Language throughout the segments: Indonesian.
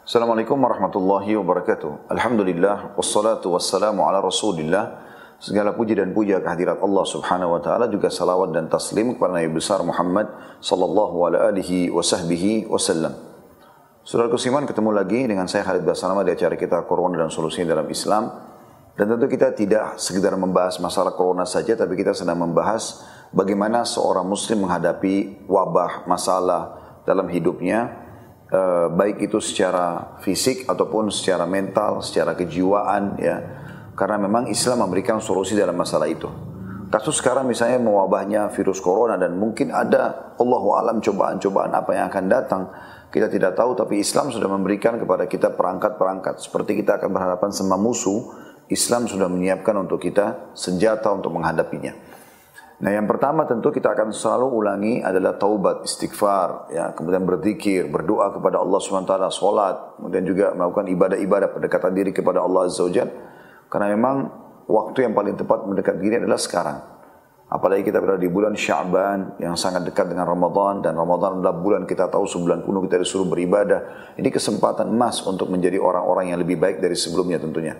Assalamualaikum warahmatullahi wabarakatuh. Alhamdulillah, wassalatu wassalamu ala rasulillah. Segala puji dan puja kehadirat Allah subhanahu wa ta'ala, juga salawat dan taslim kepada Nabi besar Muhammad sallallahu alaihi wasallam. Saudaraku Siman, ketemu lagi dengan saya Khalid Basalama di acara kita Corona dan Solusinya dalam Islam. Dan tentu kita tidak sekedar membahas masalah Corona saja, tapi kita sedang membahas bagaimana seorang muslim menghadapi wabah, masalah dalam hidupnya, baik itu secara fisik ataupun secara mental, secara kejiwaan, ya. Karena memang Islam memberikan solusi dalam masalah itu. Kasus sekarang misalnya mewabahnya virus corona, dan mungkin ada Allahu alam cobaan-cobaan apa yang akan datang, kita tidak tahu, tapi Islam sudah memberikan kepada kita perangkat-perangkat. Seperti kita akan berhadapan sama musuh, Islam sudah menyiapkan untuk kita senjata untuk menghadapinya. Nah, yang pertama tentu kita akan selalu ulangi adalah taubat, istighfar, ya, kemudian berzikir, berdoa kepada Allah SWT, salat, kemudian juga melakukan ibadah-ibadah, pendekatan diri kepada Allah Azza wa Jalla. Karena memang waktu yang paling tepat mendekat diri adalah sekarang. Apalagi kita berada di bulan Sya'ban yang sangat dekat dengan Ramadan, dan Ramadan adalah bulan kita tahu sebulan penuh kita disuruh beribadah. Ini kesempatan emas untuk menjadi orang-orang yang lebih baik dari sebelumnya tentunya.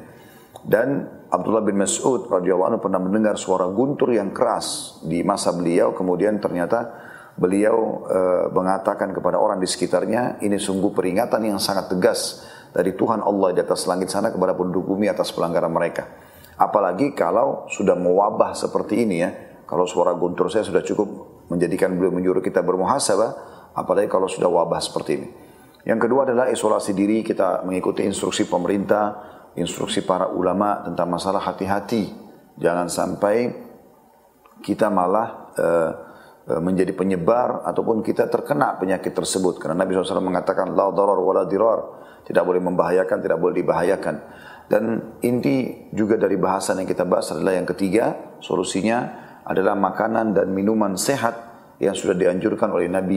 Dan Abdullah bin Mas'ud radhiyallahu anhu pernah mendengar suara guntur yang keras di masa beliau. Kemudian ternyata beliau mengatakan kepada orang di sekitarnya, ini sungguh peringatan yang sangat tegas dari Tuhan Allah di atas langit sana kepada penduduk bumi atas pelanggaran mereka. Apalagi kalau sudah mewabah seperti ini, ya. Kalau suara guntur saya sudah cukup menjadikan beliau menyuruh kita bermuhasabah, apalagi kalau sudah wabah seperti ini. Yang kedua adalah isolasi diri, kita mengikuti instruksi pemerintah, instruksi para ulama tentang masalah hati-hati. Jangan sampai kita malah menjadi penyebar ataupun kita terkena penyakit tersebut. Karena Nabi SAW mengatakan, la darar wa la dirar. Tidak boleh membahayakan, tidak boleh dibahayakan. Dan inti juga dari bahasan yang kita bahas adalah yang ketiga, solusinya adalah makanan dan minuman sehat yang sudah dianjurkan oleh Nabi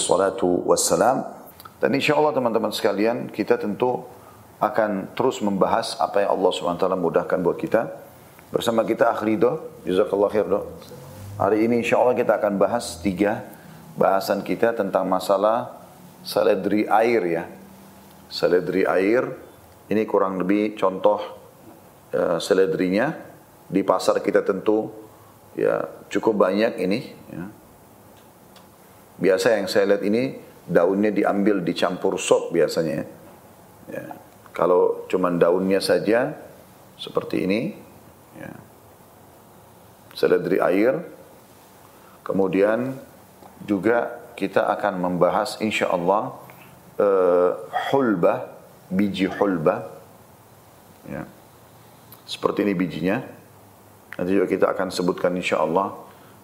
SAW. Dan insya Allah teman-teman sekalian, kita tentu akan terus membahas apa yang Allah SWT mudahkan buat kita. Bersama kita Akhi Ridho, jazakallah khair do. Hari ini insya Allah kita akan bahas 3 bahasan kita tentang masalah seledri air, ya. Seledri air, ini kurang lebih contoh seledrinya. Di pasar kita tentu ya cukup banyak ini, ya. Biasa yang saya lihat ini daunnya diambil dicampur sop biasanya, ya. Kalau cuma daunnya saja seperti ini, ya. Seledri air. Kemudian juga kita akan membahas insyaallah hulbah, biji hulbah, ya. Seperti ini bijinya. Nanti juga kita akan sebutkan insyaallah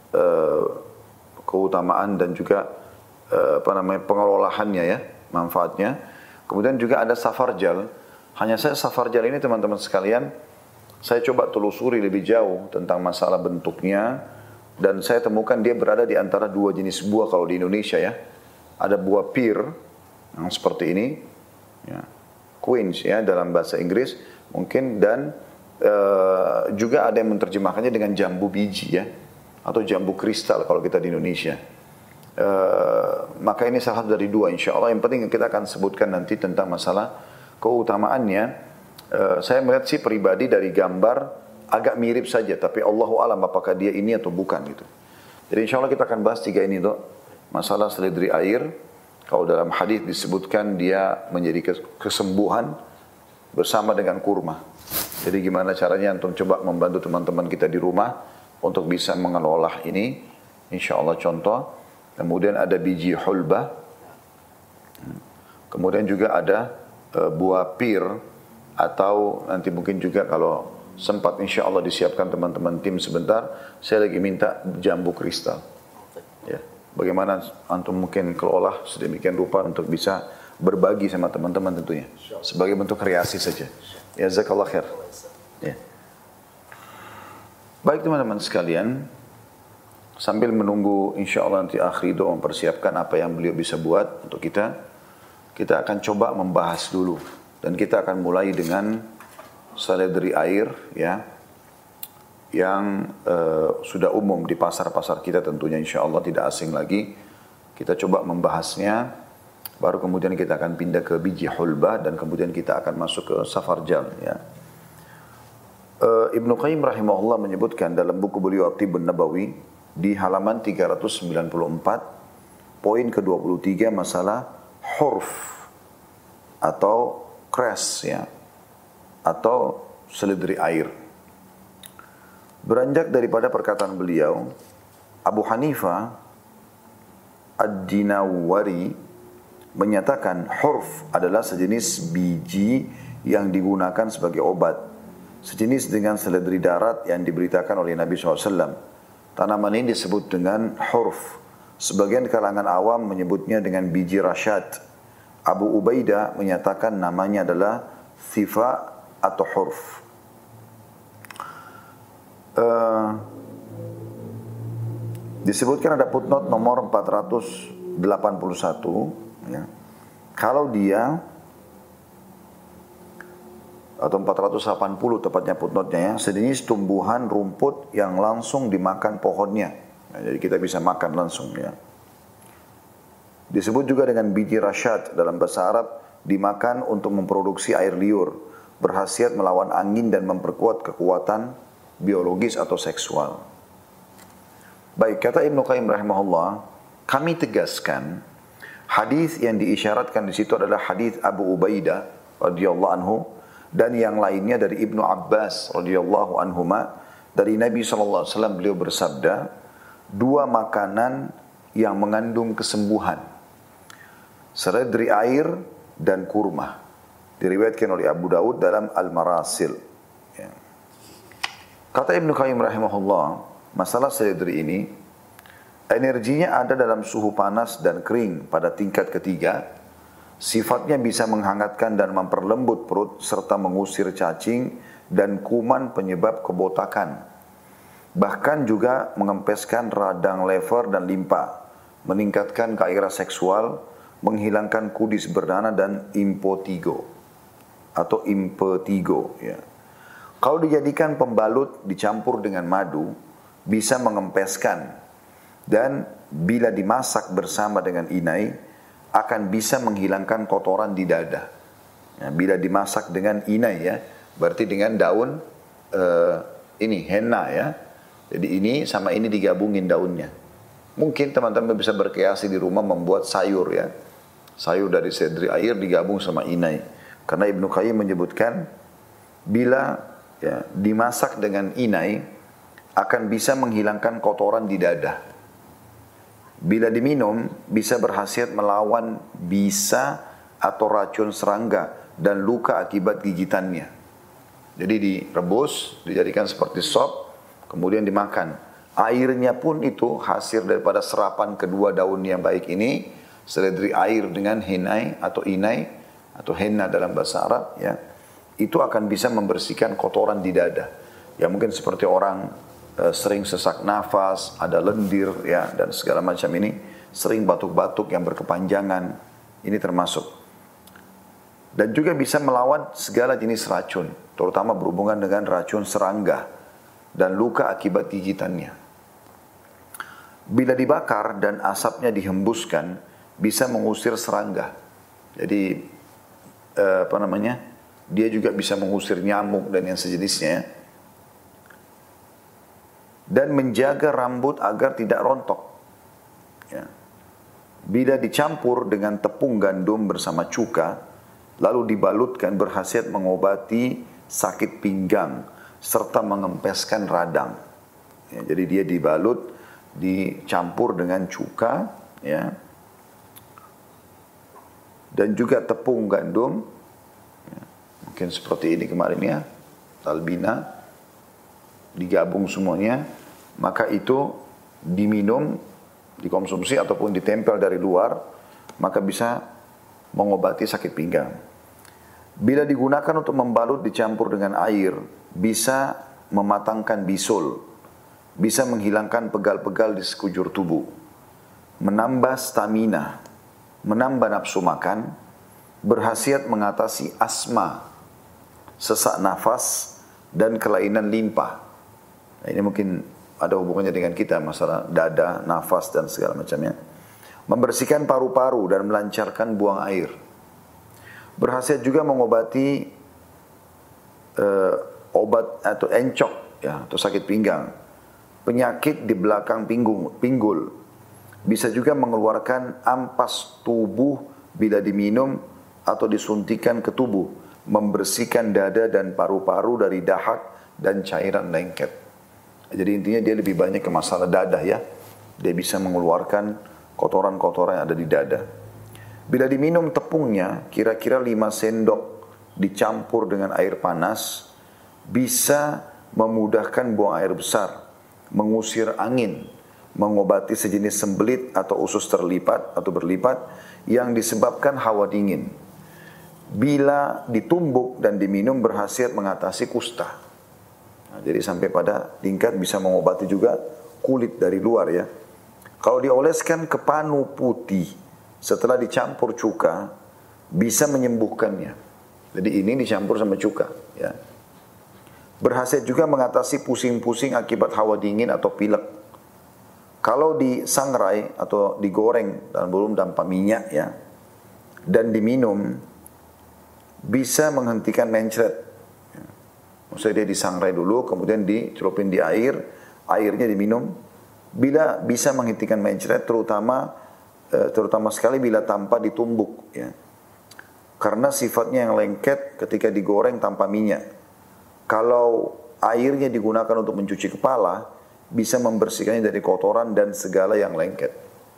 keutamaan dan juga pengelolaannya, ya, manfaatnya. Kemudian juga ada safarjal. Hanya saya safarjal ini teman-teman sekalian, saya coba telusuri lebih jauh tentang masalah bentuknya, dan saya temukan dia berada di antara 2 jenis buah kalau di Indonesia, ya. Ada buah pir yang seperti ini, ya, quince, ya, dalam bahasa Inggris mungkin, dan juga ada yang menerjemahkannya dengan jambu biji, ya, atau jambu kristal kalau kita di Indonesia. Maka ini salah satu dari 2 insya Allah. Yang penting kita akan sebutkan nanti tentang masalah keutamaannya. Saya melihat sih pribadi dari gambar agak mirip saja, tapi Allahu alam apakah dia ini atau bukan gitu. Jadi insya Allah kita akan bahas 3 ini tuh. Masalah seledri air, kalau dalam hadis disebutkan dia menjadi kesembuhan bersama dengan kurma. Jadi gimana caranya antum coba membantu teman-teman kita di rumah untuk bisa mengelola ini, insya Allah contoh. Kemudian ada biji hulbah. Kemudian juga ada buah pir, atau nanti mungkin juga kalau sempat insya Allah disiapkan teman-teman tim sebentar, saya lagi minta jambu kristal, ya. Bagaimana antum mungkin kelola sedemikian rupa untuk bisa berbagi sama teman-teman tentunya, sebagai bentuk kreasi saja, ya. Jazakallah khair, ya. Baik teman-teman sekalian, sambil menunggu insya Allah nanti Akhi Ridho mempersiapkan apa yang beliau bisa buat untuk kita, kita akan coba membahas dulu. Dan kita akan mulai dengan seledri air, ya, yang sudah umum di pasar-pasar kita tentunya insya Allah tidak asing lagi. Kita coba membahasnya baru kemudian kita akan pindah ke biji hulbah dan kemudian kita akan masuk ke safarjal ya. Ibnu Qayyim rahimahullah menyebutkan dalam buku beliau At-Tibbun Nabawi di halaman 394 poin ke-23 masalah hurf atau kres ya atau seledri air. Beranjak daripada perkataan beliau, Abu Hanifah Ad-Dinawari menyatakan hurf adalah sejenis biji yang digunakan sebagai obat, sejenis dengan seledri darat yang diberitakan oleh Nabi SAW. Tanaman ini disebut dengan hurf. Sebagian kalangan awam menyebutnya dengan biji rasyad. Abu Ubaidah menyatakan namanya adalah thifa atau hurf. Disebutkan ada footnote nomor 481 ya. Kalau dia atau 480 tepatnya footnote-nya ya, sejenis tumbuhan rumput yang langsung dimakan pohonnya. Nah, jadi kita bisa makan langsung ya. Disebut juga dengan biji rasyad dalam bahasa Arab, dimakan untuk memproduksi air liur, berkhasiat melawan angin dan memperkuat kekuatan biologis atau seksual. Baik, kata Ibnu Qayyim rahimahullah, kami tegaskan hadis yang diisyaratkan di situ adalah hadis Abu Ubaidah radhiyallahu anhu dan yang lainnya dari Ibnu Abbas radhiyallahu anhuma dari Nabi sallallahu alaihi wasallam. Beliau bersabda, dua makanan yang mengandung kesembuhan, seledri air dan kurma, diriwayatkan oleh Abu Daud dalam Al-Marasil ya. Kata Ibnu Qayyim rahimahullah, masalah seledri ini energinya ada dalam suhu panas dan kering pada tingkat ketiga. Sifatnya bisa menghangatkan dan memperlembut perut serta mengusir cacing dan kuman penyebab kebotakan. Bahkan juga mengempeskan radang lever dan limpa, meningkatkan gairah seksual, menghilangkan kudis berdana dan impetigo atau impetigo ya. Kalau dijadikan pembalut dicampur dengan madu bisa mengempeskan, dan bila dimasak bersama dengan inai akan bisa menghilangkan kotoran di dada. Ya, bila dimasak dengan inai ya, berarti dengan daun ini henna ya. Jadi ini sama ini digabungin daunnya. Mungkin teman-teman bisa berkreasi di rumah membuat sayur ya. Sayur dari seledri air digabung sama inai. Karena Ibnu Qayyim menyebutkan bila ya, dimasak dengan inai akan bisa menghilangkan kotoran di dada. Bila diminum bisa berkhasiat melawan bisa atau racun serangga dan luka akibat gigitannya. Jadi direbus, dijadikan seperti sop, kemudian dimakan. Airnya pun itu hasil daripada serapan kedua daun yang baik ini, seledri air dengan hinai atau inai atau henna dalam bahasa Arab ya. Itu akan bisa membersihkan kotoran di dada. Ya mungkin seperti orang sering sesak nafas, ada lendir ya dan segala macam ini, sering batuk-batuk yang berkepanjangan, ini termasuk. Dan juga bisa melawan segala jenis racun, terutama berhubungan dengan racun serangga dan luka akibat gigitannya. Bila dibakar dan asapnya dihembuskan, bisa mengusir serangga. Jadi dia juga bisa mengusir nyamuk dan yang sejenisnya. Dan menjaga rambut agar tidak rontok. Ya. Bila dicampur dengan tepung gandum bersama cuka, lalu dibalutkan berkhasiat mengobati sakit pinggang serta mengempeskan radang. Ya, jadi dia dibalut, dicampur dengan cuka, ya, dan juga tepung gandum. Ya, mungkin seperti ini kemarin ya, talbina, digabung semuanya. Maka itu diminum, dikonsumsi ataupun ditempel dari luar, maka bisa mengobati sakit pinggang. Bila digunakan untuk membalut dicampur dengan air, bisa mematangkan bisul, bisa menghilangkan pegal-pegal di sekujur tubuh, menambah stamina, menambah nafsu makan, berkhasiat mengatasi asma, sesak nafas, dan kelainan limpa. Nah, ini mungkin ada hubungannya dengan kita, masalah dada, nafas dan segala macamnya. membersihkan paru-paru dan melancarkan buang air. Berkhasiat juga mengobati obat atau encok ya, atau sakit pinggang, penyakit di belakang pinggul. Bisa juga mengeluarkan ampas tubuh bila diminum atau disuntikan ke tubuh, membersihkan dada dan paru-paru dari dahak dan cairan lengket. Jadi intinya dia lebih banyak ke masalah dada ya. Dia bisa mengeluarkan kotoran-kotoran yang ada di dada. Bila diminum tepungnya, kira-kira 5 sendok dicampur dengan air panas, bisa memudahkan buang air besar, mengusir angin, mengobati sejenis sembelit atau usus terlipat atau berlipat yang disebabkan hawa dingin. Bila ditumbuk dan diminum berkhasiat mengatasi kusta. Nah, jadi sampai pada tingkat bisa mengobati juga kulit dari luar ya. Kalau dioleskan ke panu putih setelah dicampur cuka, bisa menyembuhkannya. Jadi ini dicampur sama cuka ya. Berkhasiat juga mengatasi pusing-pusing akibat hawa dingin atau pilek. Kalau disangrai atau digoreng dan belum tanpa minyak ya, dan diminum, bisa menghentikan mencret. Maksudnya dia disangrai dulu, kemudian dicelupin di air, airnya diminum. Bila bisa menghentikan mencret, terutama sekali bila tanpa ditumbuk ya. Karena sifatnya yang lengket ketika digoreng tanpa minyak. Kalau airnya digunakan untuk mencuci kepala, bisa membersihkannya dari kotoran dan segala yang lengket.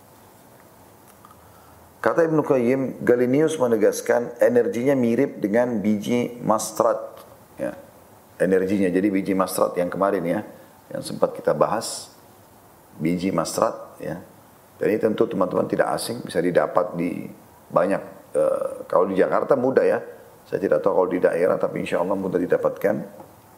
Kata Ibnu Qayyim, Galenius menegaskan energinya mirip dengan biji mustard ya. Energinya, jadi biji mustard yang kemarin ya, yang sempat kita bahas, biji mustard ya. Dan ini tentu teman-teman tidak asing, bisa didapat di banyak, kalau di Jakarta mudah ya, saya tidak tahu kalau di daerah, tapi insya Allah mudah didapatkan.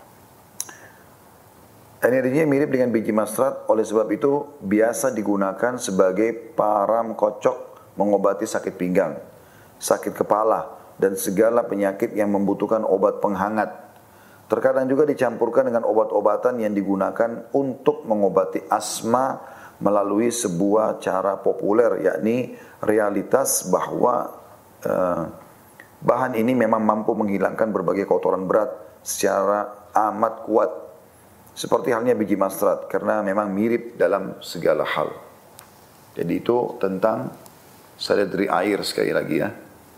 Energinya mirip dengan biji mustard, oleh sebab itu biasa digunakan sebagai param kocok mengobati sakit pinggang, sakit kepala, dan segala penyakit yang membutuhkan obat penghangat. Terkadang juga dicampurkan dengan obat-obatan yang digunakan untuk mengobati asma melalui sebuah cara populer, yakni realitas bahwa bahan ini memang mampu menghilangkan berbagai kotoran berat secara amat kuat. Seperti halnya biji mustard, karena memang mirip dalam segala hal. Jadi itu tentang seledri air sekali lagi ya,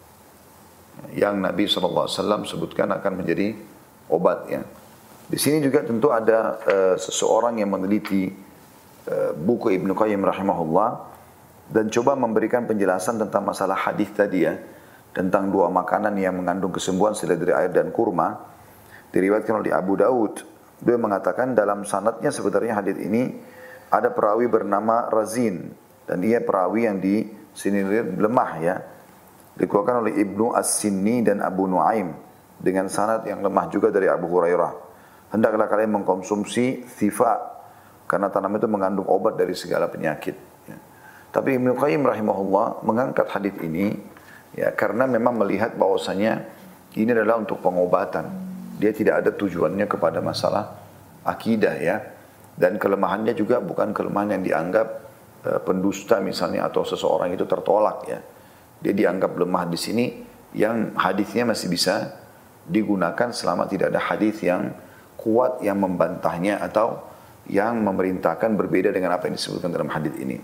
yang Nabi SAW sebutkan akan menjadi obat ya. Di sini juga tentu ada seseorang yang meneliti buku Ibnu Qayyim rahimahullah dan coba memberikan penjelasan tentang masalah hadis tadi ya, tentang 2 makanan yang mengandung kesembuhan, seledri air dan kurma. Diriwayatkan oleh Abu Daud. Dia mengatakan dalam sanadnya sebenarnya hadis ini ada perawi bernama Razin, dan ia perawi yang di sini lemah ya. Dikeluarkan oleh Ibnu As-Sinni dan Abu Nuaim dengan sanad yang lemah juga dari Abu Hurairah. Hendaklah kalian mengkonsumsi thifa, karena tanaman itu mengandung obat dari segala penyakit ya. Tapi Ibnu Qayyim rahimahullah mengangkat hadis ini ya, karena memang melihat bahwasanya ini adalah untuk pengobatan. Dia tidak ada tujuannya kepada masalah akidah ya. Dan kelemahannya juga bukan kelemahan yang dianggap pendusta misalnya, atau seseorang itu tertolak ya. Dia dianggap lemah di sini, yang hadisnya masih bisa digunakan selama tidak ada hadis yang kuat yang membantahnya atau yang memerintahkan berbeda dengan apa yang disebutkan dalam hadis ini.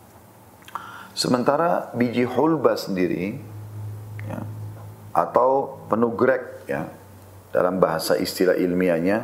Sementara biji hulba sendiri ya, atau penugrek ya, dalam bahasa istilah ilmiahnya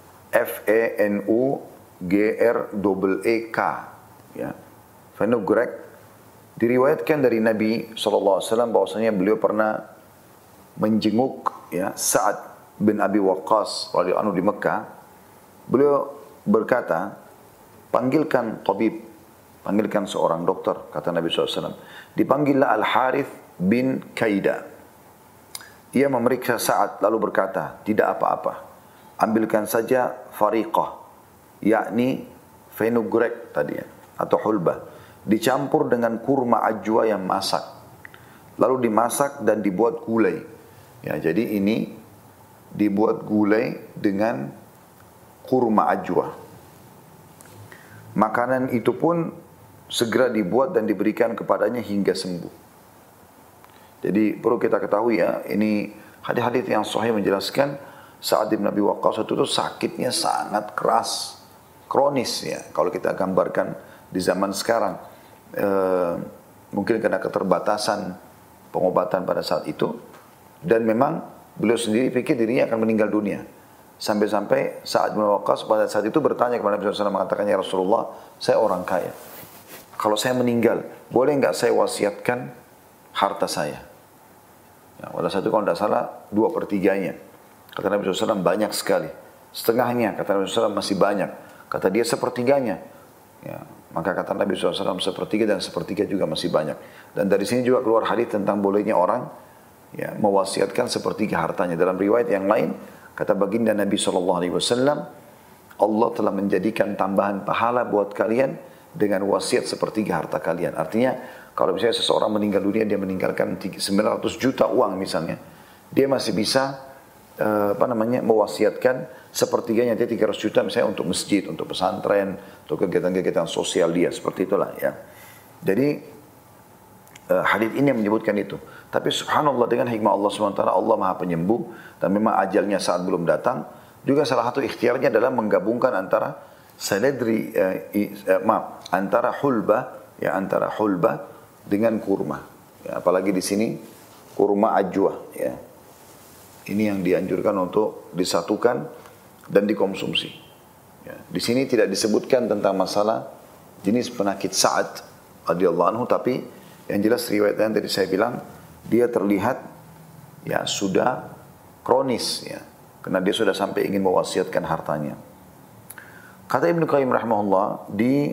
Fenugreek ya. Fenugreek diriwayatkan dari Nabi SAW bahwasanya beliau pernah menjenguk ya Sa'ad bin Abi Waqqas radhiyallahu anhu di Mekah. Beliau berkata, panggilkan tabib, panggilkan seorang dokter, kata Nabi SAW. Dipanggillah Al-Harith bin Kaida. Ia memeriksa Sa'ad lalu berkata, tidak apa-apa, ambilkan saja fariqah, yakni fenugreek tadi ya, atau hulbah, dicampur dengan kurma ajwa yang masak, lalu dimasak dan dibuat gulai ya. Jadi ini dibuat gulai dengan kurma ajwa. Makanan itu pun segera dibuat dan diberikan kepadanya hingga sembuh. Jadi perlu kita ketahui ya, ini hadis-hadis yang sahih menjelaskan Sa'ad bin Abi Waqqas itu sakitnya sangat keras, kronis ya. Kalau kita gambarkan di zaman sekarang, mungkin karena keterbatasan pengobatan pada saat itu, dan memang beliau sendiri pikir dirinya akan meninggal dunia. Sampai-sampai Sa'ad bin Waqqas pada saat itu bertanya kepada Nabi SAW, mengatakan, ya Rasulullah, saya orang kaya. Kalau saya meninggal, boleh enggak saya wasiatkan harta saya? Ya, pada saat itu kalau tidak salah 2/3-nya. Kata Nabi SAW banyak sekali. Setengahnya, kata Nabi SAW masih banyak. Kata dia 1/3-nya. Ya, maka kata Nabi SAW 1/3 dan 1/3 juga masih banyak. Dan dari sini juga keluar hadis tentang bolehnya orang ya, mewasiatkan 1/3 hartanya. Dalam riwayat yang lain, kata baginda Nabi SAW, Allah telah menjadikan tambahan pahala buat kalian dengan wasiat 1/3 harta kalian. Artinya, kalau misalnya seseorang meninggal dunia, dia meninggalkan 900 juta uang misalnya, dia masih bisa mewasiatkan 1/3-nya, dia 300 juta misalnya untuk masjid, untuk pesantren, untuk kegiatan-kegiatan sosial dia, seperti itulah ya. Jadi hadis ini yang menyebutkan itu. Tapi subhanallah dengan hikmah Allah SWT, Allah Maha Penyembuh dan memang ajalnya saat belum datang. Juga salah satu ikhtiarnya adalah menggabungkan antara antara hulbah dengan kurma. Ya, apalagi di sini kurma ajwa ya. Ini yang dianjurkan untuk disatukan dan dikonsumsi. Ya, di sini tidak disebutkan tentang masalah jenis penyakit Sa'ad radhiyallahu anhu, tapi yang jelas riwayat yang tadi saya bilang, dia terlihat ya sudah kronis ya, karena dia sudah sampai ingin mewasiatkan hartanya. Kata Ibnu Qayyim rahimahullah di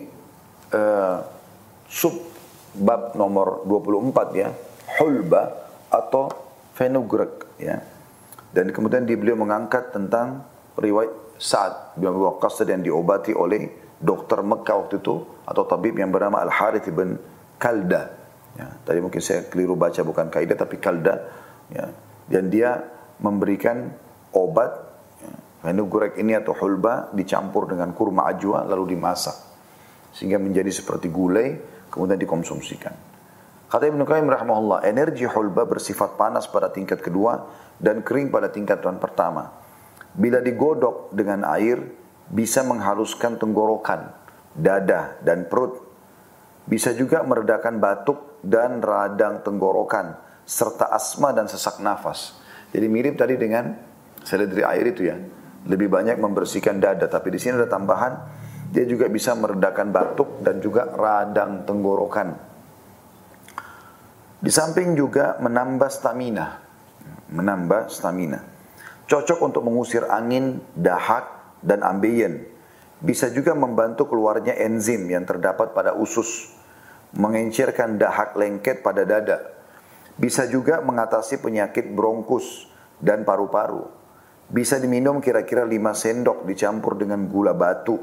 sub bab nomor 24 ya, hulba atau fenugreek ya. Dan kemudian beliau mengangkat tentang riwayat Sa'ad bin Abi Waqqas yang diobati oleh dokter Mekah waktu itu atau tabib yang bernama Al-Harith bin Kalda. Ya, tadi mungkin saya keliru baca, bukan Kaidah tapi Kalda. Ya. Dan dia memberikan obat ya, fenugreek ini atau hulba dicampur dengan kurma ajwa lalu dimasak sehingga menjadi seperti gulai kemudian dikonsumsikan. Kata Ibnu Qayyim rahimahullah, energi hulba bersifat panas pada tingkat kedua dan kering pada tingkatan pertama. Bila digodok dengan air, bisa menghaluskan tenggorokan, dada, dan perut. Bisa juga meredakan batuk dan radang tenggorokan, serta asma dan sesak nafas. Jadi mirip tadi dengan seledri air itu ya. Lebih banyak membersihkan dada, tapi di sini ada tambahan, dia juga bisa meredakan batuk dan juga radang tenggorokan. Di samping juga menambah stamina. Cocok untuk mengusir angin, dahak, dan ambeien. Bisa juga membantu keluarnya enzim yang terdapat pada usus, mengencirkan dahak lengket pada dada. Bisa juga mengatasi penyakit bronkus dan paru-paru. Bisa diminum kira-kira 5 sendok dicampur dengan gula batu.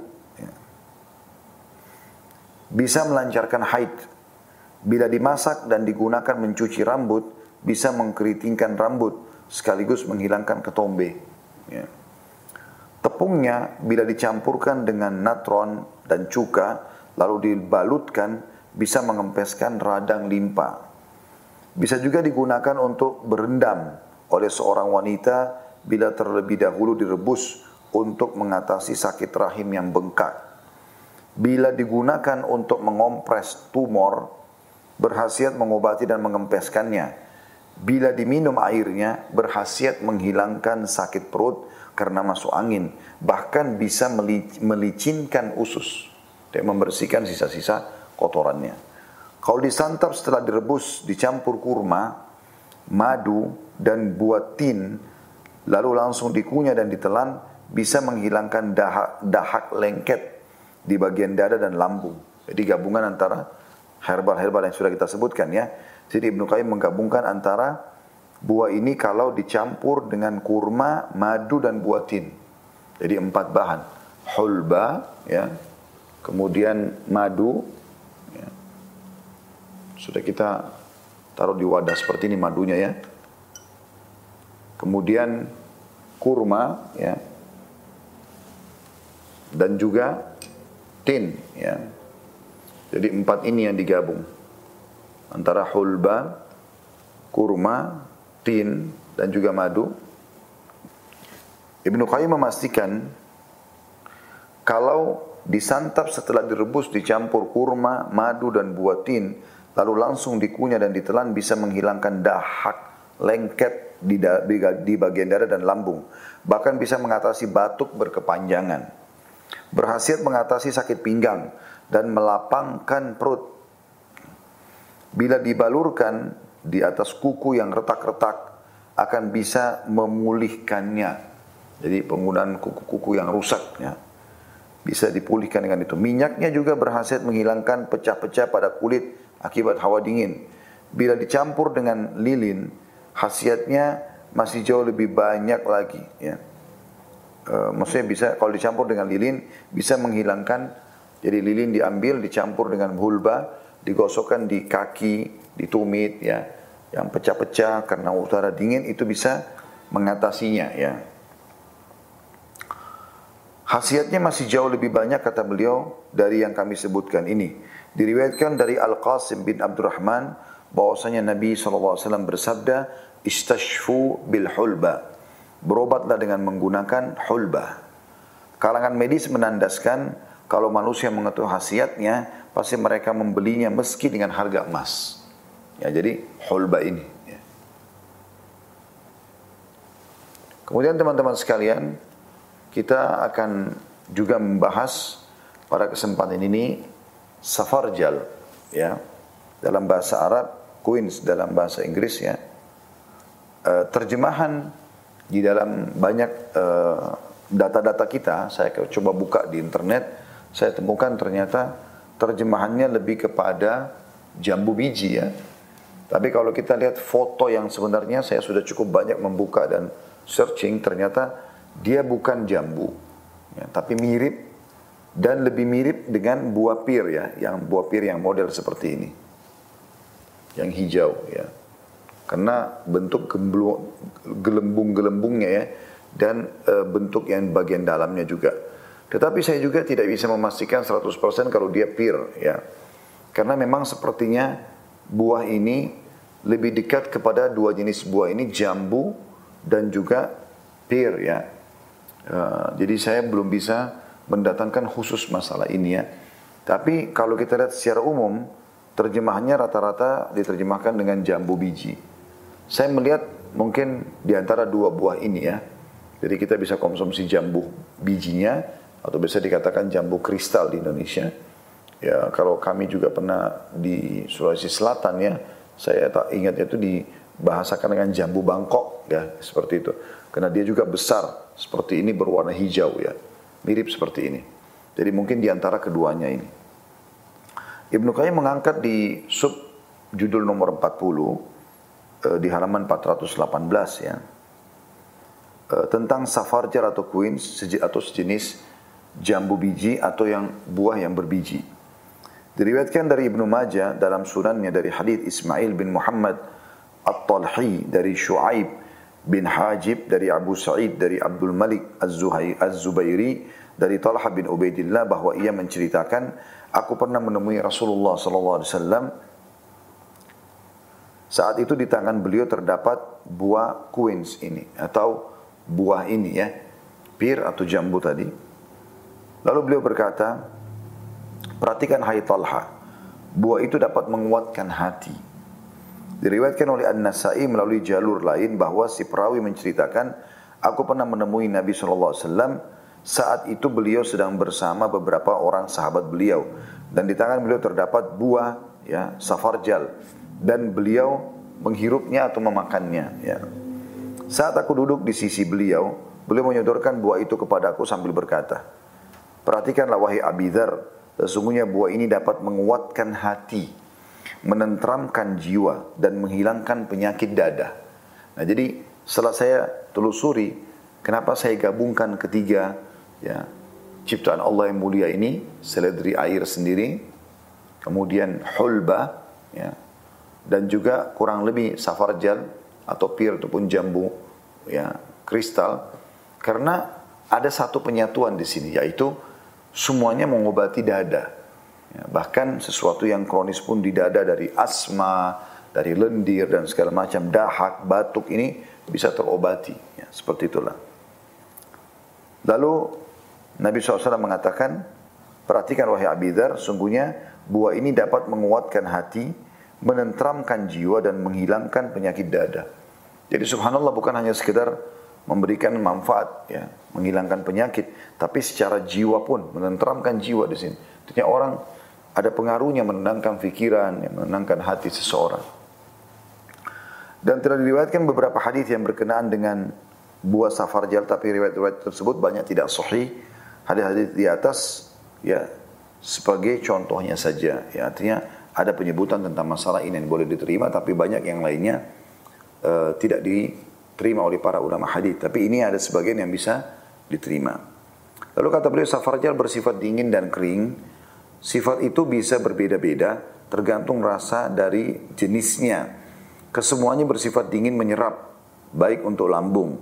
Bisa melancarkan haid. Bila dimasak dan digunakan mencuci rambut, bisa mengkeritingkan rambut sekaligus menghilangkan ketombe. Ya. Tepungnya bila dicampurkan dengan natron dan cuka lalu dibalutkan bisa mengempeskan radang limpa. Bisa juga digunakan untuk berendam oleh seorang wanita bila terlebih dahulu direbus untuk mengatasi sakit rahim yang bengkak. Bila digunakan untuk mengompres tumor, berkhasiat mengobati dan mengempeskannya. Bila diminum airnya, berkhasiat menghilangkan sakit perut karena masuk angin. Bahkan bisa melicinkan usus dan membersihkan sisa-sisa kotorannya. Kalau disantap setelah direbus, dicampur kurma, madu, dan buah tin, lalu langsung dikunyah dan ditelan, bisa menghilangkan dahak lengket di bagian dada dan lambung. Jadi gabungan antara herbal-herbal yang sudah kita sebutkan ya. Jadi Ibnu Qayyim menggabungkan antara buah ini kalau dicampur dengan kurma, madu dan buah tin. Jadi 4 bahan. Hulba ya. Kemudian madu ya. Sudah kita taruh di wadah seperti ini madunya ya. Kemudian kurma ya. Dan juga tin ya. Jadi 4 ini yang digabung. Antara hulba, kurma, tin, dan juga madu. Ibnu Qayyim memastikan kalau disantap setelah direbus dicampur kurma, madu dan buah tin, lalu langsung dikunyah dan ditelan bisa menghilangkan dahak, lengket di bagian dada dan lambung. Bahkan bisa mengatasi batuk berkepanjangan. Berkhasiat mengatasi sakit pinggang dan melapangkan perut. Bila dibalurkan di atas kuku yang retak-retak akan bisa memulihkannya. Jadi penggunaan kuku-kuku yang rusak ya, bisa dipulihkan dengan itu. Minyaknya juga berkhasiat menghilangkan pecah-pecah pada kulit akibat hawa dingin. Bila dicampur dengan lilin, khasiatnya masih jauh lebih banyak lagi ya. Maksudnya bisa kalau dicampur dengan lilin bisa menghilangkan. Jadi lilin diambil dicampur dengan hulba, digosokkan di kaki, di tumit ya, yang pecah-pecah karena udara dingin itu bisa mengatasinya ya. Khasiatnya masih jauh lebih banyak kata beliau dari yang kami sebutkan ini. Diriwayatkan dari Al-Qasim bin Abdurrahman bahwasanya Nabi SAW bersabda, "Istashfu bil hulba." Berobatlah dengan menggunakan hulba. Kalangan medis menandaskan kalau manusia mengetahui khasiatnya, pasti mereka membelinya meski dengan harga emas. Ya, jadi hulba ini. Ya. Kemudian teman-teman sekalian, kita akan juga membahas pada kesempatan ini safarjal, ya, dalam bahasa Arab, quince dalam bahasa Inggris ya. Terjemahan di dalam banyak data-data kita, saya coba buka di internet, saya temukan ternyata terjemahannya lebih kepada jambu biji ya. Tapi kalau kita lihat foto yang sebenarnya saya sudah cukup banyak membuka dan searching, ternyata dia bukan jambu, ya, tapi mirip dan lebih mirip dengan buah pir ya, yang buah pir yang model seperti ini, yang hijau ya, karena bentuk gelembung-gelembungnya ya, dan bentuk yang bagian dalamnya juga. Tetapi saya juga tidak bisa memastikan 100% kalau dia pir ya, karena memang sepertinya buah ini lebih dekat kepada dua jenis buah ini, jambu dan juga pir ya. Jadi saya belum bisa mendatangkan khusus masalah ini ya. Tapi kalau kita lihat secara umum, terjemahannya rata-rata diterjemahkan dengan jambu biji. Saya melihat mungkin di antara dua buah ini ya. Jadi kita bisa konsumsi jambu bijinya atau bisa dikatakan jambu kristal di Indonesia. Ya, kalau kami juga pernah di Sulawesi Selatan ya, saya tak ingat itu dibahasakan dengan jambu Bangkok ya, seperti itu. Karena dia juga besar seperti ini, berwarna hijau ya, mirip seperti ini. Jadi mungkin di antara keduanya ini. Ibnu Qayyim mengangkat di sub judul nomor 40 di halaman 418 ya, tentang safarjar atau quince atau sejenis jambu biji atau yang buah yang berbiji. Diriwayatkan dari Ibnu Majah dalam sunannya dari hadits Ismail bin Muhammad At-Talhi dari Shu'aib bin Hajib dari Abu Sa'id dari Abdul Malik Az-Zubairi dari Talha bin Ubaidillah bahwa ia menceritakan, aku pernah menemui Rasulullah SAW. Saat itu di tangan beliau terdapat buah quince ini atau buah ini ya, pir atau jambu tadi. Lalu beliau berkata, perhatikan hai Talha, buah itu dapat menguatkan hati. Diriwayatkan oleh An-Nasa'i melalui jalur lain bahwa si perawi menceritakan, aku pernah menemui Nabi SAW. Saat itu beliau sedang bersama beberapa orang sahabat beliau, dan di tangan beliau terdapat buah ya, safarjal, dan beliau menghirupnya atau memakannya ya. Saat aku duduk di sisi beliau, beliau menyodorkan buah itu kepada aku sambil berkata, perhatikanlah wahai Abi Dzar, sesungguhnya buah ini dapat menguatkan hati, menenteramkan jiwa dan menghilangkan penyakit dada. Nah, jadi setelah saya telusuri kenapa saya gabungkan ketiga ya, ciptaan Allah yang mulia ini, seledri air sendiri, kemudian hulba ya, dan juga kurang lebih safarjal atau pir ataupun jambu ya, kristal, karena ada satu penyatuan di sini, yaitu semuanya mengobati dada Ya, bahkan sesuatu yang kronis pun di dada dari asma, dari lendir dan segala macam, dahak, batuk ini bisa terobati. Ya, seperti itulah. Lalu Nabi SAW mengatakan, perhatikan wahai Abi Dzar, sungguhnya buah ini dapat menguatkan hati, menenteramkan jiwa dan menghilangkan penyakit dada. Jadi subhanallah bukan hanya sekedar memberikan manfaat, ya, menghilangkan penyakit, tapi secara jiwa pun menenteramkan jiwa di sini. Artinya orang ada pengaruhnya menenangkan pikiran, menenangkan hati seseorang. Dan telah diriwayatkan beberapa hadis yang berkenaan dengan buah safarjal, tapi riwayat-riwayat tersebut banyak tidak sahih. Hadis-hadis di atas ya sebagai contohnya saja. Ya, artinya ada penyebutan tentang masalah ini yang boleh diterima, tapi banyak yang lainnya tidak diterima oleh para ulama hadis. Tapi ini ada sebagian yang bisa diterima. Lalu kata beliau, safarjal bersifat dingin dan kering. Sifat itu bisa berbeda-beda tergantung rasa dari jenisnya. Kesemuanya bersifat dingin menyerap, baik untuk lambung.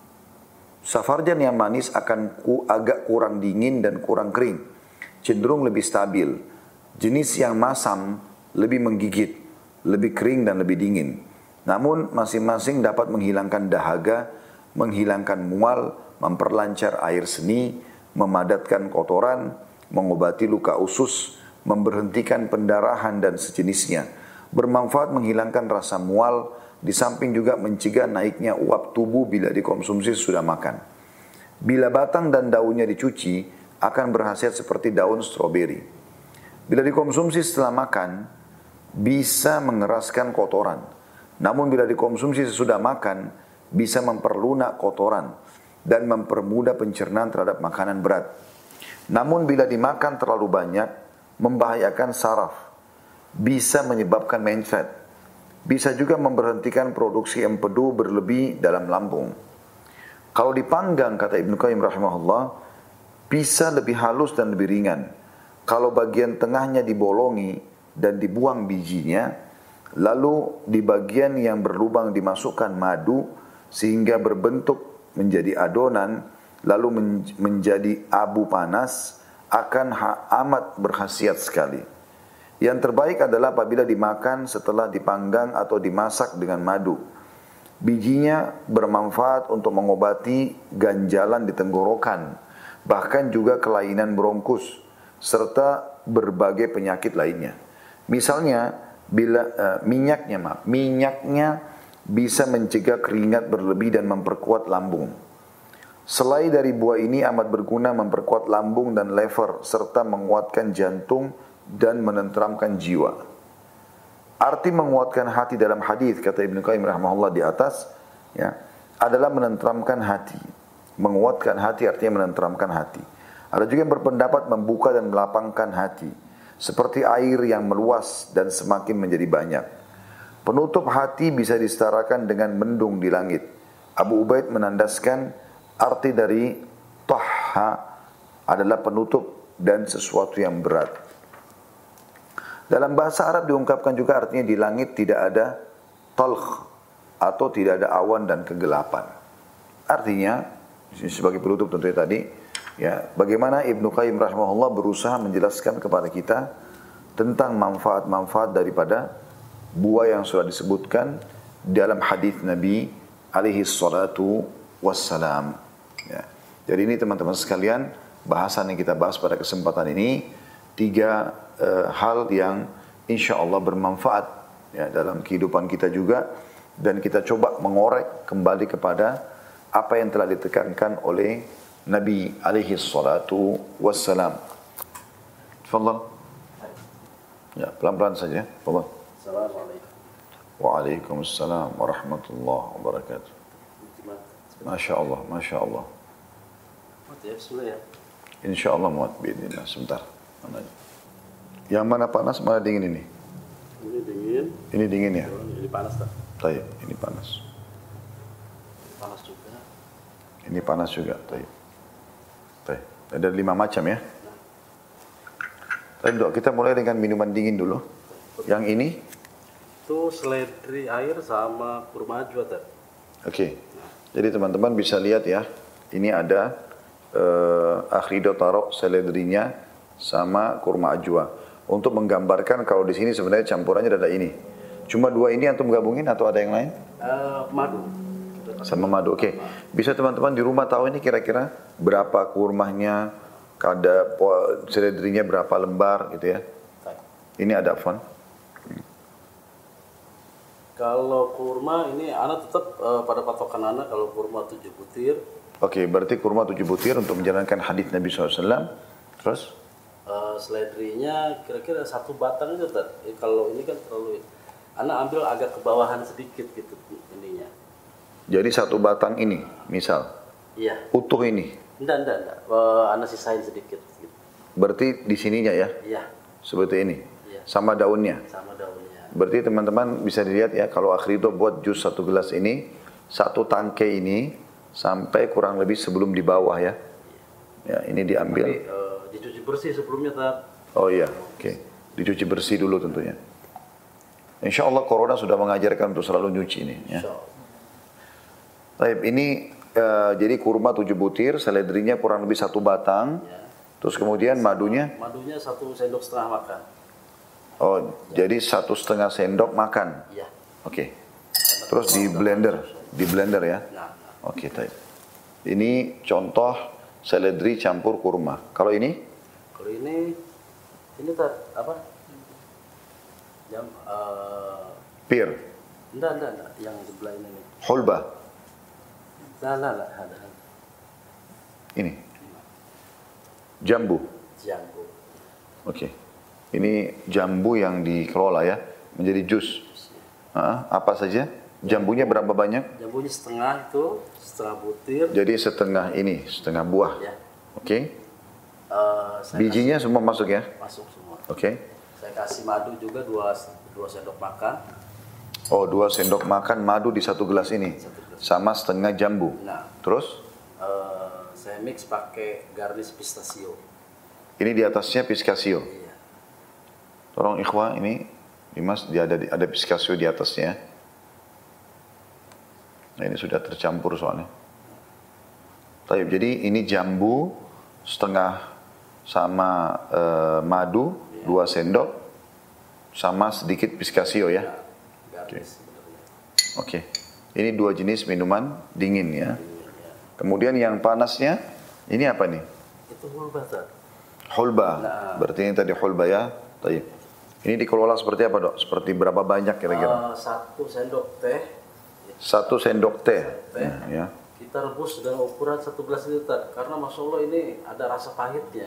Safarjan yang manis akan agak kurang dingin dan kurang kering, cenderung lebih stabil. Jenis yang masam lebih menggigit, lebih kering dan lebih dingin. Namun masing-masing dapat menghilangkan dahaga, menghilangkan mual, memperlancar air seni, memadatkan kotoran, mengobati luka usus, memberhentikan pendarahan dan sejenisnya. Bermanfaat menghilangkan rasa mual, di samping juga mencegah naiknya uap tubuh bila dikonsumsi sesudah makan. Bila batang dan daunnya dicuci, akan berkhasiat seperti daun stroberi. Bila dikonsumsi setelah makan, bisa mengeraskan kotoran. Namun bila dikonsumsi sesudah makan, bisa memperlunak kotoran dan mempermudah pencernaan terhadap makanan berat. Namun bila dimakan terlalu banyak, membahayakan saraf, bisa menyebabkan mencret, bisa juga memberhentikan produksi empedu berlebih dalam lambung. Kalau dipanggang, kata Ibnu Qayyim rahimahullah, bisa lebih halus dan lebih ringan. Kalau bagian tengahnya dibolongi dan dibuang bijinya, lalu di bagian yang berlubang dimasukkan madu sehingga berbentuk menjadi adonan, lalu menjadi abu panas, akan amat berkhasiat sekali. Yang terbaik adalah apabila dimakan setelah dipanggang atau dimasak dengan madu. Bijinya bermanfaat untuk mengobati ganjalan di tenggorokan, bahkan juga kelainan bronkus, serta berbagai penyakit lainnya. Misalnya, bila minyaknya bisa mencegah keringat berlebih dan memperkuat lambung. Selai dari buah ini amat berguna memperkuat lambung dan lever serta menguatkan jantung dan menenteramkan jiwa. Arti menguatkan hati dalam hadis kata Ibnu Qayyim rahimahullah di atas ya adalah menenteramkan hati. Menguatkan hati artinya menenteramkan hati. Ada juga yang berpendapat membuka dan melapangkan hati, seperti air yang meluas dan semakin menjadi banyak. Penutup hati bisa disetarakan dengan mendung di langit. Abu Ubaid menandaskan arti dari tahha adalah penutup dan sesuatu yang berat. Dalam bahasa Arab diungkapkan juga artinya di langit tidak ada talkh atau tidak ada awan dan kegelapan. Artinya sebagai penutup tentunya tadi ya bagaimana Ibnu Qayyim rahimahullah berusaha menjelaskan kepada kita tentang manfaat-manfaat daripada buah yang sudah disebutkan dalam hadis Nabi alaihi salatu wassalam. Ya. Jadi ini teman-teman sekalian, bahasan yang kita bahas pada kesempatan ini, 3 hal yang insya Allah bermanfaat ya, dalam kehidupan kita juga, dan kita coba mengorek kembali kepada apa yang telah ditekankan oleh Nabi alaihi salatu wassalam. Tafadhal. Ya, pelan-pelan saja. Tafadhal. Assalamualaikum. Waalaikumsalam warahmatullahi wabarakatuh. Masya Allah, Masya Allah. Insya Allah muat biidznillah. Sebentar. Yang mana panas, mana dingin ini? Ini dingin. Ini dingin ya? Ini panas tak? Taib, ini panas. Panas juga. Ini panas juga, taib. Taib. Ada 5 macam ya? Taib, dok, kita mulai dengan minuman dingin dulu. Yang ini? Itu seledri air sama kurma ajwa tak? Oke. Jadi teman-teman bisa lihat ya. Ini ada akhrido tarok seledrinya sama kurma ajwa. untuk menggambarkan kalau di sini sebenarnya campurannya ada ini. Cuma dua ini antum gabungin atau ada yang lain? Madu. Sama madu. Oke. Bisa teman-teman di rumah tahu ini kira-kira berapa kurmanya, seledrinya berapa lembar gitu ya. Ini ada font. Kalau kurma ini anak tetap pada patokan anak kalau kurma 7 butir. Oke, berarti kurma 7 butir untuk menjalankan hadis Nabi SAW. Terus? Seledrinya kira-kira 1 batang itu Tad. Kalau ini kan terlalu, anak ambil agak ke bawahan sedikit gitu ininya. Jadi 1 batang ini, misal. Iya. Utuh ini. Enggak. Anak sisain sedikit gitu. Berarti di sininya ya? Iya. Seperti ini. Iya. Sama daunnya. Sama daunnya. Berarti teman-teman bisa dilihat ya, kalau Akhrido buat jus 1 gelas ini, 1 tangkai ini sampai kurang lebih sebelum di bawah ya. Ya, ini diambil. Tapi, dicuci bersih sebelumnya Tad. Oh iya, oke. Dicuci bersih dulu tentunya. Insya Allah Corona sudah mengajarkan untuk selalu nyuci ini. Ya. Baik, ini jadi kurma 7 butir, seledrinya kurang lebih 1 batang. Ya. Terus kemudian madunya? Madunya 1 sendok setengah makan. Oh, jadi 1,5 sendok makan. Iya. Oke. Terus di blender ya. Nah. Oke, baik. Ini contoh seledri campur kurma. Kalau ini? Kalau ini Tad apa? Jam Pir. enggak, yang sebelah ini nih. Hulba. Ada. Ini. Jambu. Jambu. Oke. Ini jambu yang dikelola ya, menjadi jus. Apa saja? Jambunya berapa banyak? Jambunya setengah butir. Jadi setengah buah. Ya. Oke. Bijinya semua masuk ya? Masuk semua. Oke. Saya kasih madu juga 2 sendok makan. Oh, 2 sendok makan madu di 1 gelas ini. 1 gelas. Sama setengah jambu. Nah. Terus? Saya mix pakai garnish pistachio. Ini di atasnya pistachio. Iya. Tolong ikhwah ini, Dimas, ada pistachio di atasnya. Nah, ini sudah tercampur soalnya. Jadi ini jambu setengah sama madu 2 sendok sama sedikit pistachio ya. Oke. Ini 2 jenis minuman dingin ya. Kemudian yang panasnya ini apa nih? Itu hulba Tad. Hulba. Berarti ini tadi hulba ya. Ini dikelola seperti apa dok? Seperti berapa banyak kira-kira? 1 sendok teh. 1 sendok teh. Ya. Kita rebus dengan ukuran 1 gelas liter karena masya Allah ini ada rasa pahitnya.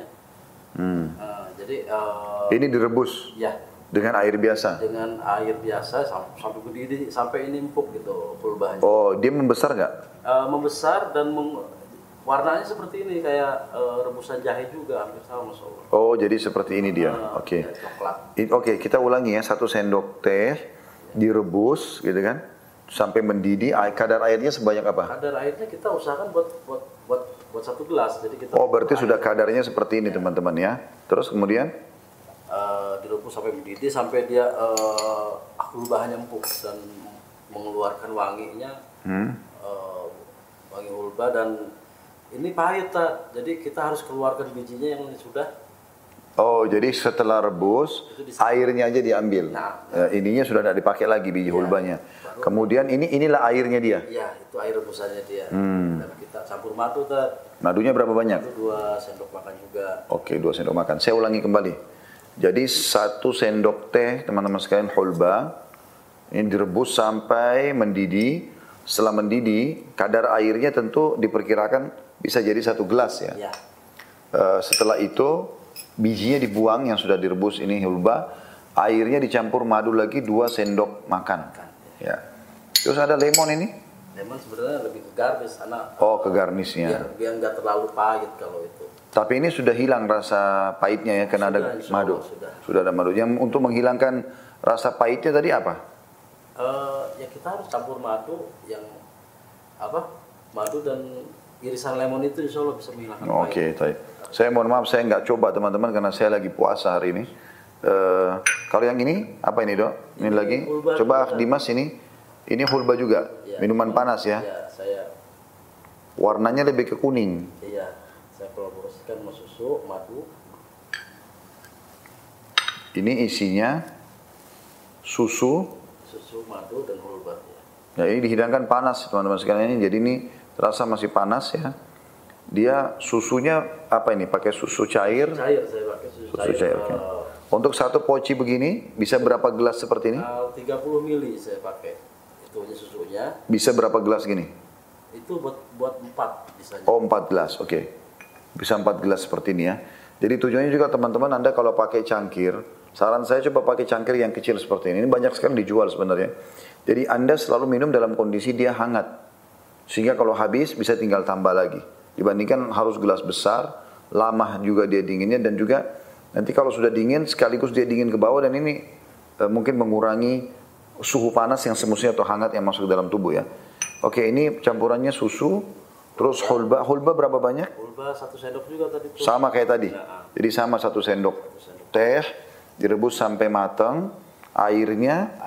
Jadi ini direbus ya dengan air biasa. Dengan air biasa sampai berdiri sampai ini empuk gitu hulbanya. Oh, dia membesar nggak? Membesar dan warnanya seperti ini kayak rebusan jahe juga hampir sama masya Allah. Oh, jadi seperti ini dia. Oke. Ya, coklat. Oke, kita ulangi ya. 1 sendok teh direbus gitu kan sampai mendidih. Kadar airnya sebanyak apa? Kadar airnya kita usahakan buat 1 gelas. Jadi kita berarti sudah kadarnya seperti ini teman-teman ya. Terus kemudian direbus sampai mendidih sampai dia hulbanya empuk dan mengeluarkan wanginya. Wangi hulba dan ini pahit Tad. Jadi kita harus keluarkan bijinya yang sudah. Oh, jadi setelah rebus airnya aja diambil. Ininya sudah tidak dipakai lagi biji hulbanya. Kemudian inilah airnya dia. Iya, itu air rebusannya dia. Dan kita campur madu Tad. Madunya berapa banyak? Itu 2 sendok makan juga. Oke, 2 sendok makan. Saya ulangi kembali. Jadi 1 sendok teh teman-teman sekalian hulba ini direbus sampai mendidih. Setelah mendidih, kadar airnya tentu diperkirakan bisa jadi 1 gelas ya. Ya. Setelah itu bijinya dibuang yang sudah direbus ini hulba, airnya dicampur madu lagi 2 sendok makan. Ya. Terus ada lemon ini? Lemon sebenarnya lebih ke garnish anak. Oh, ke garnishnya. Biar nggak terlalu pahit kalau itu. Tapi ini sudah hilang rasa pahitnya ya karena ada madu. Sudah ada madu. Yang untuk menghilangkan rasa pahitnya tadi apa? Ya kita harus campur madu yang madu dan irisan lemon itu insya Allah bisa menghilangkan pahit. Oke, baik. Saya mohon maaf saya nggak coba teman-teman karena saya lagi puasa hari ini. Kalau yang ini apa ini dok? Ini lagi. Coba Dimas ini hulba juga. Ya, minuman panas ya. Iya, saya. Warnanya lebih ke kuning. Iya, saya kolaborasikan sama susu, madu. Ini isinya susu, madu dan hulba. Ya, ini dihidangkan panas teman-teman sekalian. Jadi ini terasa masih panas ya. Dia susunya apa ini? Pakai susu cair? Cair, saya pakai susu cair. Okay. Untuk satu poci begini bisa berapa gelas seperti ini? 30 mili saya pakai. Itu susunya. Bisa berapa gelas gini? Itu buat 4 bisa. Oh, 4 gelas. Oke. Bisa 4 gelas seperti ini ya. Jadi tujuannya juga teman-teman Anda kalau pakai cangkir, saran saya coba pakai cangkir yang kecil seperti ini. Ini banyak sekali dijual sebenarnya. Jadi Anda selalu minum dalam kondisi dia hangat. Sehingga kalau habis bisa tinggal tambah lagi. Dibandingkan harus gelas besar, lama juga dia dinginnya dan juga nanti kalau sudah dingin sekaligus dia dingin ke bawah dan ini mungkin mengurangi suhu panas yang semestinya atau hangat yang masuk ke dalam tubuh ya. Oke, ini campurannya susu, terus hulba. Hulba berapa banyak? Hulba 1 sendok juga tadi. Sama kayak tadi. Jadi sama 1 sendok. Teh direbus sampai matang, airnya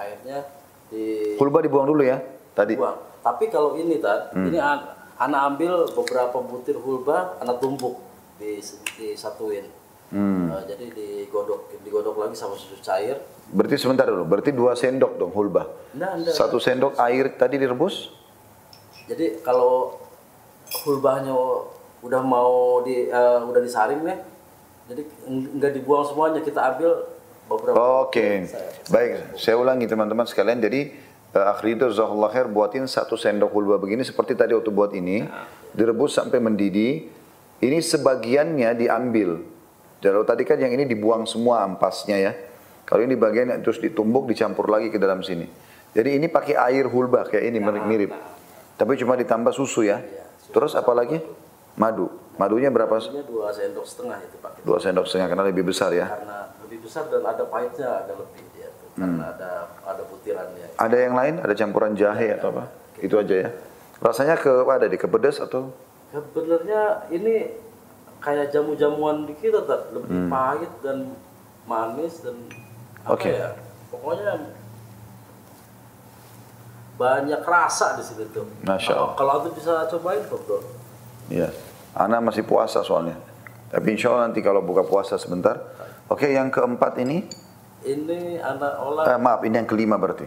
hulba dibuang dulu ya tadi. Buang. Tapi kalau ini ini anak ambil beberapa butir hulba, anak tumbuk disatuin. Jadi digodok lagi sama susu cair. Berarti sebentar dulu, berarti 2 sendok dong hulba. Enggak. 1 sendok air tadi direbus. Jadi kalau hulbanya udah mau udah disaring nih, jadi enggak dibuang semuanya, kita ambil beberapa. Oke. Baik, saya ulangi teman-teman sekalian. Jadi Akhirito Zahullah Khair buatin 1 sendok hulba begini seperti tadi waktu buat ini, direbus sampai mendidih. Ini sebagiannya diambil. Kalau tadi kan yang ini dibuang semua ampasnya ya. Kalau ini bagian terus ditumbuk dicampur lagi ke dalam sini. Jadi ini pakai air hulba kayak ini mirip. Tapi cuma ditambah susu ya. Terus apa lagi? Madu. Madunya berapa? Madunya 2 sendok setengah itu pakai. 2 sendok setengah karena lebih besar ya. Karena lebih besar dan ada pahitnya agak lebih dia tuh. Karena ada butirannya. Ada yang lain? Ada campuran jahe atau apa? Itu aja ya. Rasanya ke pedas atau? Sebenarnya ini kayak jamu-jamuan di kita lebih pahit dan manis dan apa ya? Pokoknya banyak rasa di sini tuh. Masya Allah. Kalau itu bisa cobain Bro. Iya. Ana masih puasa soalnya. Tapi insya Allah nanti kalau buka puasa sebentar. Oke, yang keempat ini? Ini anak olah. Maaf, ini yang kelima berarti.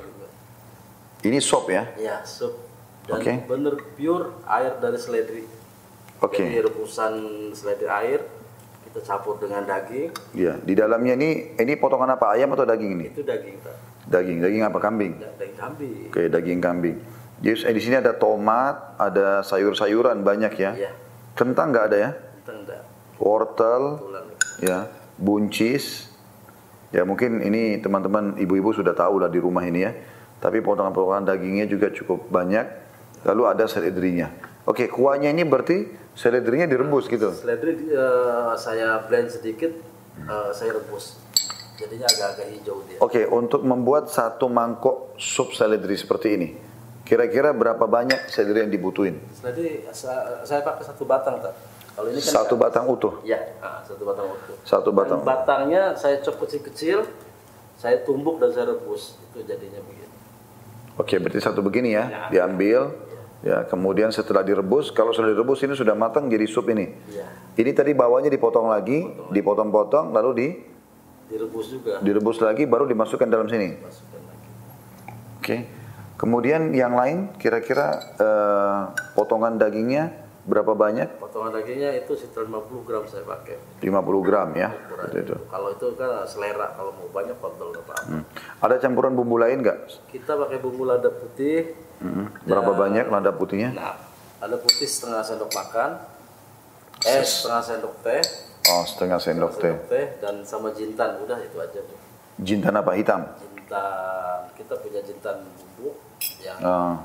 Ini sop ya? Iya, sop. Dan bener pure air dari seledri. Jadi rebusan seledri air kita campur dengan daging. Iya, di dalamnya ini potongan apa? Ayam atau daging ini? Itu daging, Pak. Daging apa? Kambing? Daging kambing. Oke, daging kambing. Jadi di sini ada tomat, ada sayur-sayuran banyak ya. Iya. Kentang nggak ada ya? Kentang enggak. Wortel, ya, buncis. Ya mungkin ini teman-teman ibu-ibu sudah tahu lah di rumah ini ya. Tapi potongan-potongan dagingnya juga cukup banyak. Lalu ada seledrinya. Oke, kuahnya ini berarti seledrinya direbus gitu? Seledri saya blend sedikit, saya rebus. Jadinya agak-agak hijau dia. Oke, untuk membuat 1 mangkok sup seledri seperti ini, kira-kira berapa banyak seledri yang dibutuhin? Seledri saya pakai 1 batang, Kalau ini kan 1 batang utuh? Iya, 1 batang utuh. 1 batang. Dan batangnya saya chop kecil-kecil, saya tumbuk dan saya rebus. Itu jadinya begini. Oke, berarti 1 begini ya, diambil. Ya, kemudian setelah direbus, kalau sudah direbus ini sudah matang jadi sup ini. Iya. Ini tadi bawahnya dipotong lagi, dipotong-potong, lalu direbus juga. Direbus lagi, baru dimasukkan dalam sini. Masukkan lagi. Oke. Kemudian yang lain, kira-kira potongan dagingnya berapa banyak? Potongan dagingnya itu sekitar 50 gram saya pakai. 50 gram ya? Itu. Kalau itu kan selera, kalau mau banyak kontol nggak apa-apa. Ada campuran bumbu lain nggak? Kita pakai bumbu lada putih. Berapa banyak lada putihnya? Nah, lada putih setengah sendok makan, setengah sendok teh. Oh, setengah sendok teh. Dan sama jintan, udah itu aja. Jintan apa? Hitam? Jintan, kita punya jintan bumbu yang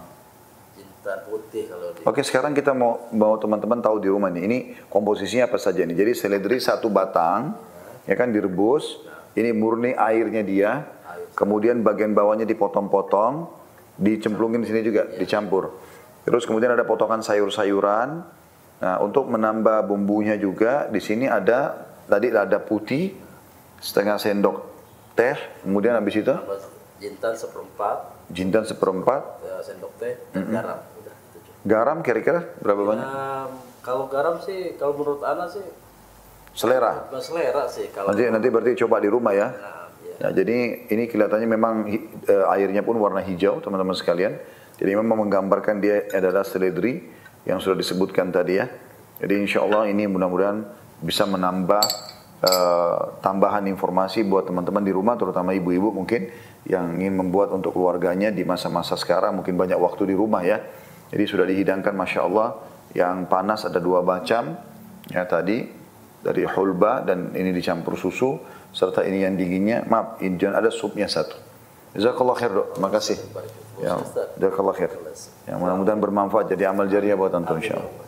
jintan putih kalau di. Oke, sekarang kita mau teman-teman tahu di rumah nih. Ini komposisinya apa saja nih? Jadi seledri 1 batang, ya kan direbus. Ini murni airnya dia. Kemudian bagian bawahnya dipotong-potong. Dicemplungin di sini juga, dicampur. Terus kemudian ada potongan sayur-sayuran. Nah, untuk menambah bumbunya juga di sini ada tadi lada putih setengah sendok teh, kemudian habis itu jintan seperempat. Jintan seperempat. Sendok teh dan garam. Udah, itu juga. Garam kira-kira berapa banyak? Kalau garam sih, kalau menurut Ana sih selera. Selera sih kalau. Nanti berarti coba di rumah ya. Nah, ya. Ya, jadi ini kelihatannya memang airnya pun warna hijau teman-teman sekalian. Jadi memang menggambarkan dia adalah seledri yang sudah disebutkan tadi ya. Jadi insya Allah ini mudah-mudahan bisa menambah tambahan informasi buat teman-teman di rumah, terutama ibu-ibu mungkin yang ingin membuat untuk keluarganya di masa-masa sekarang, mungkin banyak waktu di rumah ya. Jadi sudah dihidangkan Masya Allah, yang panas ada 2 macam ya tadi, dari hulba dan ini dicampur susu, serta ini yang dinginnya, maaf, ini ada supnya 1. Jazakallah khair dok, makasih. Ya, jazakallah khair. Ya, mudah-mudahan bermanfaat jadi amal jariah buat antum insya Allah.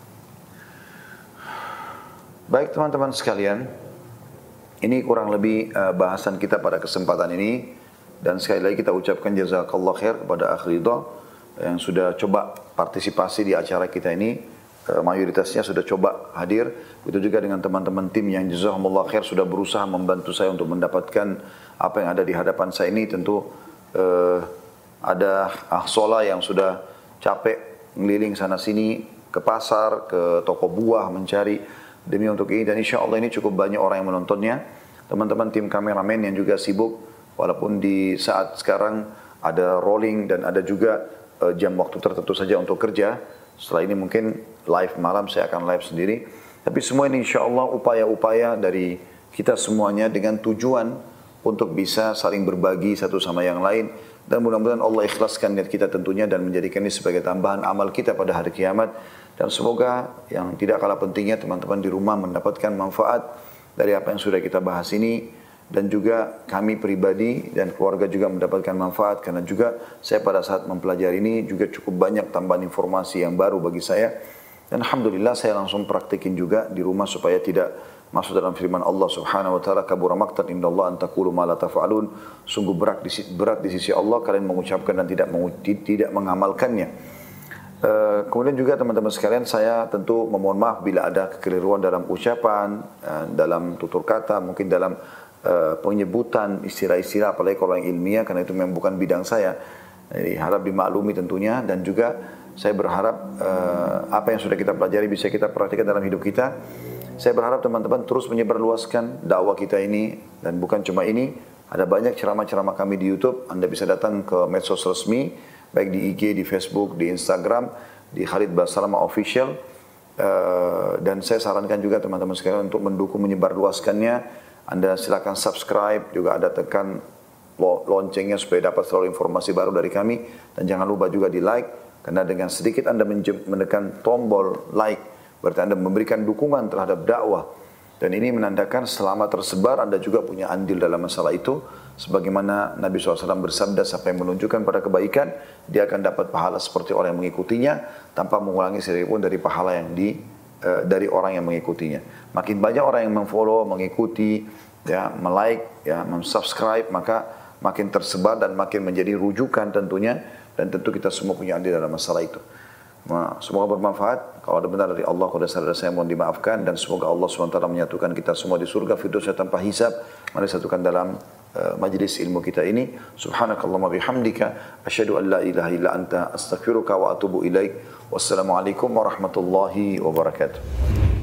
Baik teman-teman sekalian, ini kurang lebih bahasan kita pada kesempatan ini, dan sekali lagi kita ucapkan jazakallah khair kepada Akh Ridha yang sudah coba partisipasi di acara kita ini, mayoritasnya sudah coba hadir. Itu juga dengan teman-teman tim yang jazakumullah khair sudah berusaha membantu saya untuk mendapatkan apa yang ada di hadapan saya ini. Tentu ada ahsola yang sudah capek ngeliling sana sini ke pasar, ke toko buah mencari demi untuk ini, dan insya Allah ini cukup banyak orang yang menontonnya. Teman-teman tim kameramen yang juga sibuk, walaupun di saat sekarang ada rolling dan ada juga jam waktu tertentu saja untuk kerja. Setelah ini mungkin live malam, saya akan live sendiri. Tapi semua ini insya Allah upaya-upaya dari kita semuanya dengan tujuan untuk bisa saling berbagi satu sama yang lain. Dan mudah-mudahan Allah ikhlaskan niat kita tentunya dan menjadikan ini sebagai tambahan amal kita pada hari kiamat. Dan semoga yang tidak kalah pentingnya teman-teman di rumah mendapatkan manfaat dari apa yang sudah kita bahas ini. Dan juga kami pribadi dan keluarga juga mendapatkan manfaat. Karena juga saya pada saat mempelajari ini juga cukup banyak tambahan informasi yang baru bagi saya. Dan Alhamdulillah saya langsung praktikin juga di rumah supaya tidak masuk dalam firman Allah subhanahu wa ta'ala, kabura maqtan indallah an taqulu ma la taf'alun. Sungguh berat di sisi Allah kalian mengucapkan dan tidak mengamalkannya. Kemudian juga teman-teman sekalian, saya tentu memohon maaf bila ada kekeliruan dalam ucapan, dalam tutur kata, mungkin dalam penyebutan istilah-istilah, apalagi kalau yang ilmiah, karena itu memang bukan bidang saya. Jadi harap dimaklumi tentunya, dan juga saya berharap apa yang sudah kita pelajari bisa kita praktikkan dalam hidup kita. Saya berharap teman-teman terus menyebarluaskan dakwah kita ini, dan bukan cuma ini, ada banyak ceramah-ceramah kami di YouTube. Anda bisa datang ke medsos resmi, baik di IG, di Facebook, di Instagram, di Khalid Basalamah Official. Dan saya sarankan juga teman-teman sekalian untuk mendukung menyebarluaskannya. Anda silakan subscribe, juga ada tekan loncengnya supaya dapat selalu informasi baru dari kami. Dan jangan lupa juga di like, karena dengan sedikit Anda menekan tombol like, berarti Anda memberikan dukungan terhadap dakwah. Dan ini menandakan selama tersebar Anda juga punya andil dalam masalah itu. Sebagaimana Nabi SAW bersabda, siapa yang menunjukkan pada kebaikan, dia akan dapat pahala seperti orang yang mengikutinya, tanpa mengulangi sedikitpun dari pahala yang dari orang yang mengikutinya. Makin banyak orang yang memfollow, mengikuti, ya, melike, ya, mensubscribe, maka makin tersebar dan makin menjadi rujukan tentunya. Dan tentu kita semua punya andil dalam masalah itu. Semoga bermanfaat. Kalau ada benar dari Allah, kalau ada salah saya mohon dimaafkan. Dan semoga Allah SWT menyatukan kita semua di surga firdausnya tanpa hisab. Mari satukan dalam majlis ilmu kita ini. Subhanakallahumma bihamdika asyhadu an la ilaha illa anta astaghfiruka wa atubu ilaik. Wassalamualaikum warahmatullahi wabarakatuh.